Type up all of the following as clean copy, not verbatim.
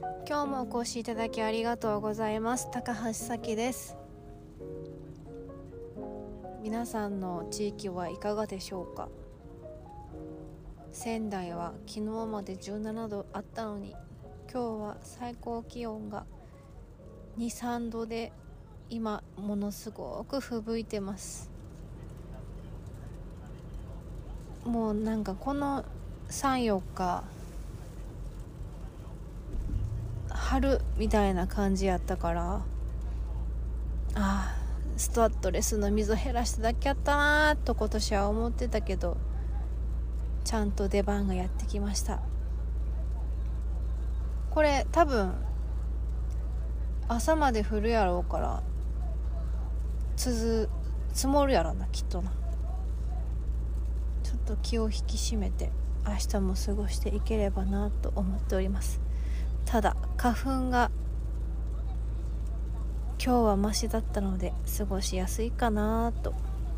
今日もお越しいただきありがとうございます。高橋咲です。皆さんの地域はいかがでしょうか。仙台は昨日まで17度あったのに、今日は最高気温が2、3度で今ものすごく吹雪いてます。もうなんかこの3、4日春みたいな感じやったから、スタッドレスの溝減らしただけやったなと今年は思ってたけど、ちゃんと出番がやってきました。これ多分朝まで降るやろうから積もるやろな、きっとな。ちょっと気を引き締めて明日も過ごしていければなと思っております。ただ花粉が今日はマシだったので過ごしやすいかなと。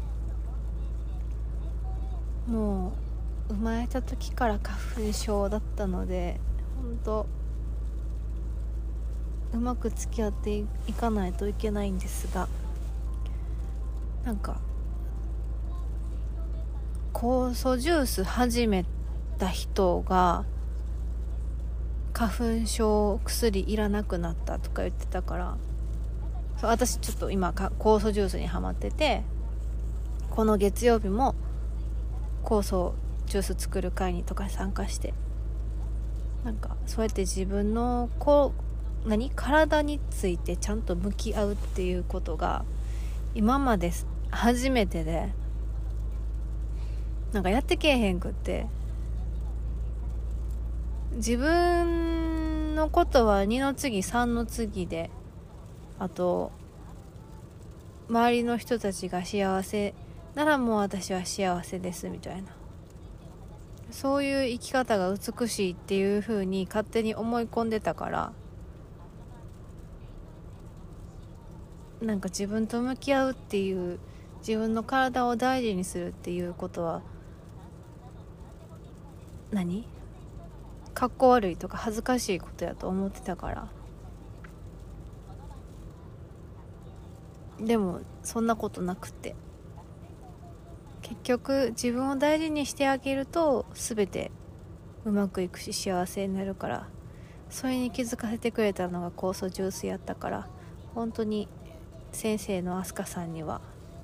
もう生まれた時から花粉症だったので、本当うまく付き合っていかないといけないんですが、なんか酵素ジュース始めた人が花粉症薬いらなくなったとか言ってたから、私ちょっと今酵素ジュースにハマってて、この月曜日も酵素ジュース作る会にとか参加して、なんかそうやって自分の体についてちゃんと向き合うっていうことが今まで初めてで、なんかやってけえへんくって、自分のことは2の次3の次で、あと周りの人たちが幸せならもう私は幸せですみたいな、そういう生き方が美しいっていう風に勝手に思い込んでたから、なんか自分と向き合うっていう、自分の体を大事にするっていうことはかっこ悪いとか恥ずかしいことやと思ってたから。でもそんなことなくて、結局自分を大事にしてあげると全てうまくいくし幸せになるから、それに気づかせてくれたのが酵素ジュースやったから、本当に先生の飛鳥さんには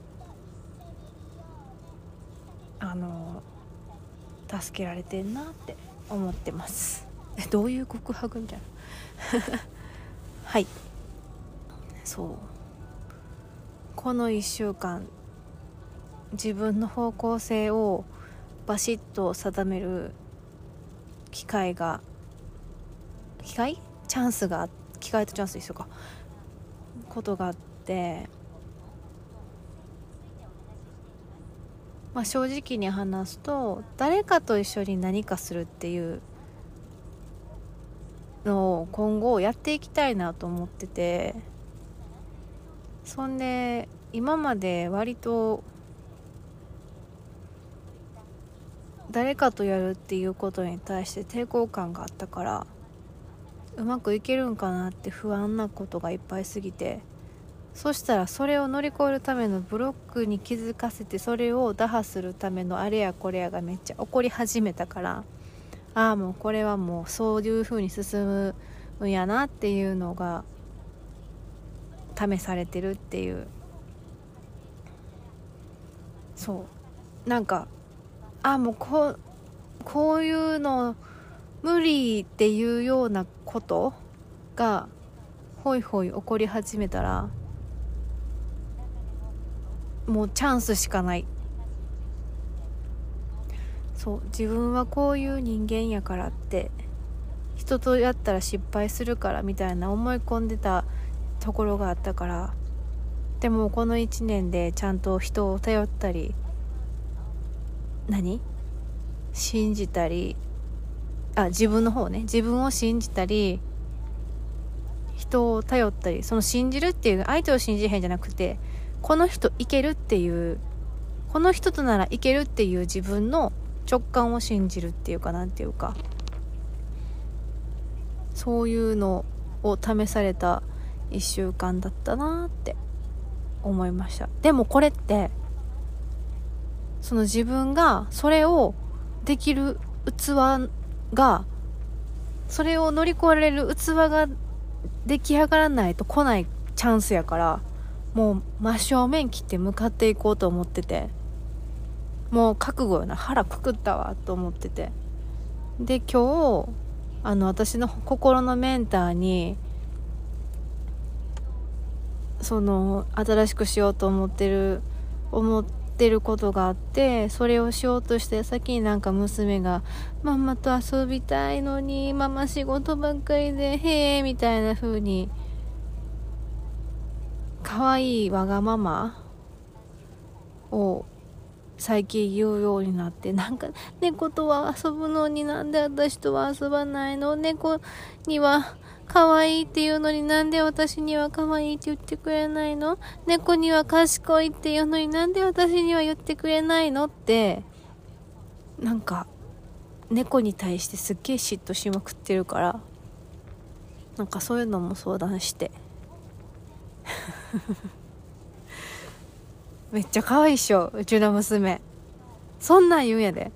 助けられてんなって思ってます。どういう告白みたいなはい、そう、この1週間自分の方向性をバシッと定める機会とチャンス一緒かことがあって、正直に話すと、誰かと一緒に何かするっていうのを今後やっていきたいなと思ってて、そんで今まで割と誰かとやるっていうことに対して抵抗感があったから、うまくいけるんかなって不安なことがいっぱいすぎて、そしたらそれを乗り越えるためのブロックに気づかせて、それを打破するためのあれやこれやがめっちゃ起こり始めたから、もうこれはもうそういう風に進むんやなっていうのが試されてるっていう。そうなんかもうこういうの無理っていうようなことがほいほい起こり始めたら、もうチャンスしかない。そう、自分はこういう人間やからって、人とやったら失敗するからみたいな思い込んでたところがあったから。でもこの1年でちゃんと人を頼ったり信じたり、自分を信じたり人を頼ったり、その信じるっていう相手を信じへんじゃなくて、この人いけるっていう、この人とならいけるっていう自分の直感を信じるっていうか、なんていうか、 そういうのを試された1週間だったなって思いました。でもこれってその自分がそれをできる器が、それを乗り越えられる器が出来上がらないと来ないチャンスやから、もう真正面切って向かっていこうと思ってて、もう覚悟よな、腹くくったわと思ってて、で今日私の心のメンターにその新しくしようと思ってることがあって、それをしようとして先になんか娘がママと遊びたいのにママ仕事ばっかりでへえみたいな風に可愛いわがままを最近言うようになって、なんか猫とは遊ぶのになんで私とは遊ばないの、猫には可愛いっていうのになんで私には可愛いって言ってくれないの、猫には賢いっていうのになんで私には言ってくれないのって、なんか猫に対してすっげえ嫉妬しまくってるから、なんかそういうのも相談してめっちゃ可愛いっしょうちの娘。そんなん言うんやで。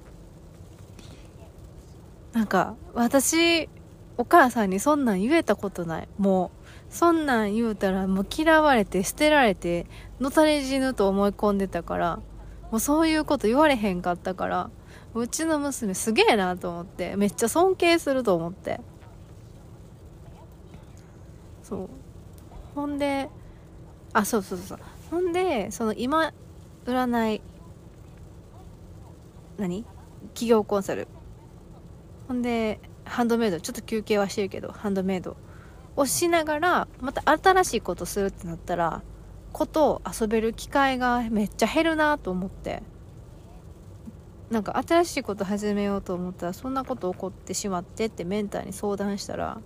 なんか私お母さんにそんなん言えたことない。もうそんなん言うたらもう嫌われて捨てられてのたれ死ぬと思い込んでたから、もうそういうこと言われへんかったから、うちの娘すげえなと思って、めっちゃ尊敬すると思って。そうほんでそうほんでその今占い企業コンサル、ほんでハンドメイド、ちょっと休憩はしてるけどハンドメイドをしながらまた新しいことするってなったら、遊べる機会がめっちゃ減るなと思って、なんか新しいこと始めようと思ったらそんなこと起こってしまってってメンターに相談したら、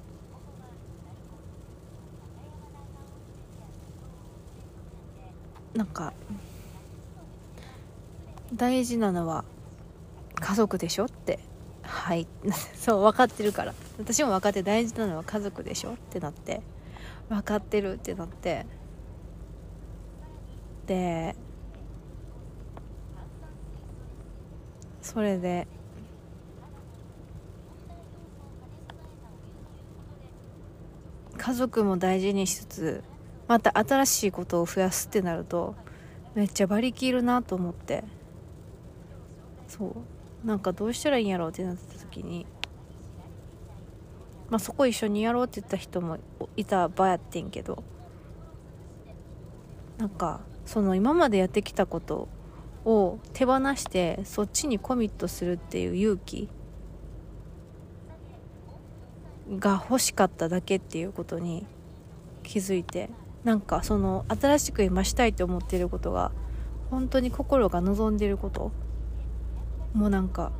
なんか大事なのは家族でしょって、はいそう分かってるから、私も分かって、大事なのは家族でしょってなって、分かってるってなって、でそれで家族も大事にしつつまた新しいことを増やすってなるとめっちゃ馬力いるなと思って、そうなんかどうしたらいいんやろうってなってた時に、まあそこ一緒にやろうって言った人もいた場やってんけど、なんかその今までやってきたことを手放してそっちにコミットするっていう勇気が欲しかっただけっていうことに気づいて、なんかその新しく今したいと思っていることが本当に心が望んでいること、もうなんか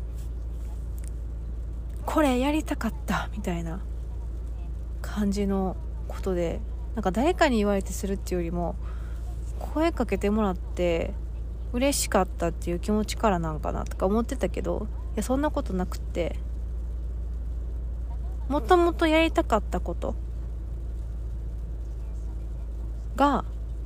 これやりたかったみたいな感じのことで、なんか誰かに言われてするっていうよりも声かけてもらって嬉しかったっていう気持ちからなんかなとか思ってたけど、いやそんなことなくって、もともとやりたかったことが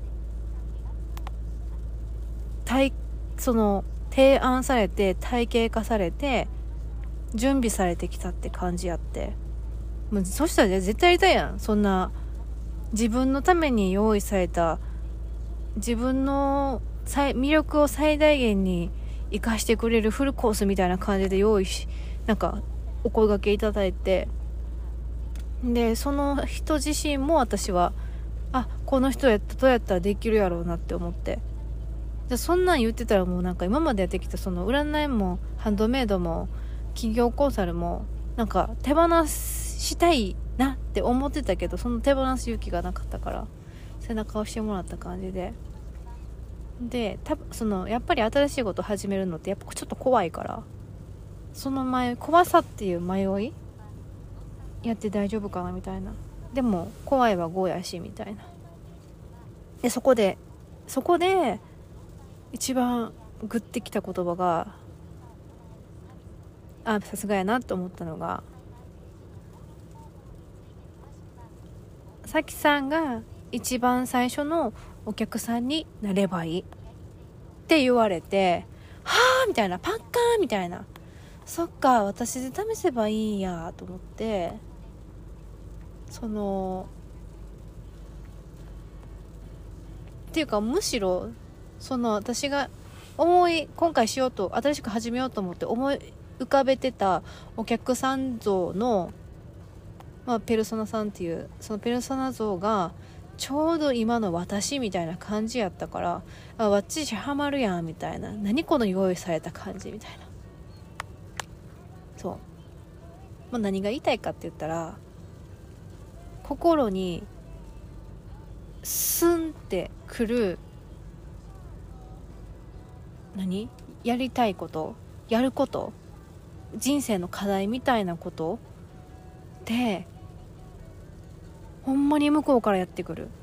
その提案されて体系化されて準備されてきたって感じやって、もうそしたら絶対やりたいやん、そんな自分のために用意された、自分の魅力を最大限に生かしてくれるフルコースみたいな感じで用意し、なんかお声掛けいただいて、でその人自身も私はこの人どうやったらできるやろうなって思って、じゃそんなん言ってたらもうなんか今までやってきたその占いもハンドメイドも企業コンサルもなんか手放したいなって思ってたけど、その手放す勇気がなかったから背中を押してもらった感じで、そのやっぱり新しいことを始めるのってやっぱちょっと怖いから、その怖さっていう迷い、やって大丈夫かなみたいな、でも怖いは5やしみたいな、でそこで一番グッてきた言葉がさすがやなと思ったのが、 さきさんが一番最初のお客さんになればいいって言われて、はあみたいな、パッカーみたいな、そっか私で試せばいいんやと思って、っていうかむしろ私が今回しようと新しく始めようと思って思い浮かべてたお客さん像の、ペルソナさんっていうそのペルソナ像がちょうど今の私みたいな感じやったから、わっちしハマるやんみたいな、何この用意された感じみたいな。そう、何が言いたいかって言ったら、心にスンってくるやりたいこと、やること、人生の課題みたいなことでほんまに向こうからやってくる。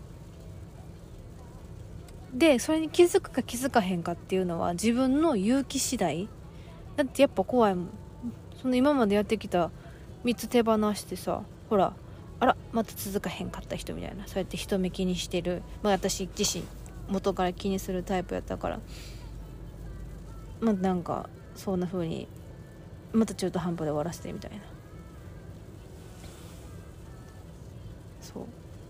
でそれに気づくか気づかへんかっていうのは自分の勇気次第だって。やっぱ怖いもん。今までやってきた3つ手放してさ、ほらあらまた続かへんかった人みたいな、そうやって人目気にしてる、私自身元から気にするタイプやったから、なんかそんな風にまた中途半端で終わらせてみたいな。そう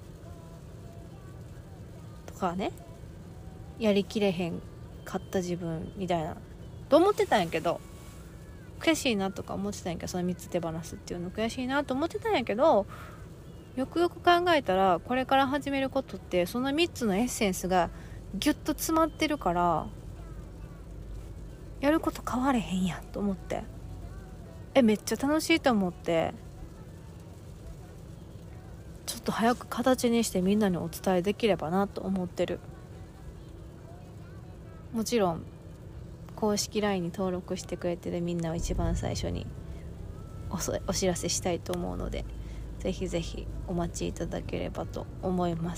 とかね、やりきれへんかった自分みたいなと思ってたんやけど、悔しいなとか思ってたんやけど、その3つ手放すっていうの悔しいなと思ってたんやけど、よくよく考えたらこれから始めることってその3つのエッセンスがギュッと詰まってるから、やること変われへんやんと思って、めっちゃ楽しいと思って、ちょっと早く形にしてみんなにお伝えできればなと思ってる。もちろん公式 LINE に登録してくれてるみんなを一番最初にお知らせしたいと思うので、ぜひぜひお待ちいただければと思います。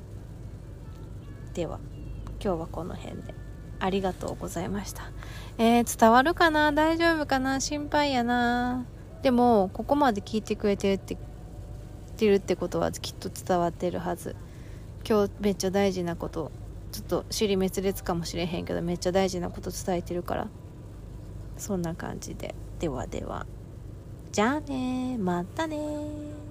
では今日はこの辺でありがとうございました。伝わるかな、大丈夫かな、心配やな。でもここまで聞いてくれてるってことはきっと伝わってるはず。今日めっちゃ大事なこと、ちょっと尻滅裂かもしれへんけどめっちゃ大事なこと伝えてるから、そんな感じで、ではでは、じゃあね、またね。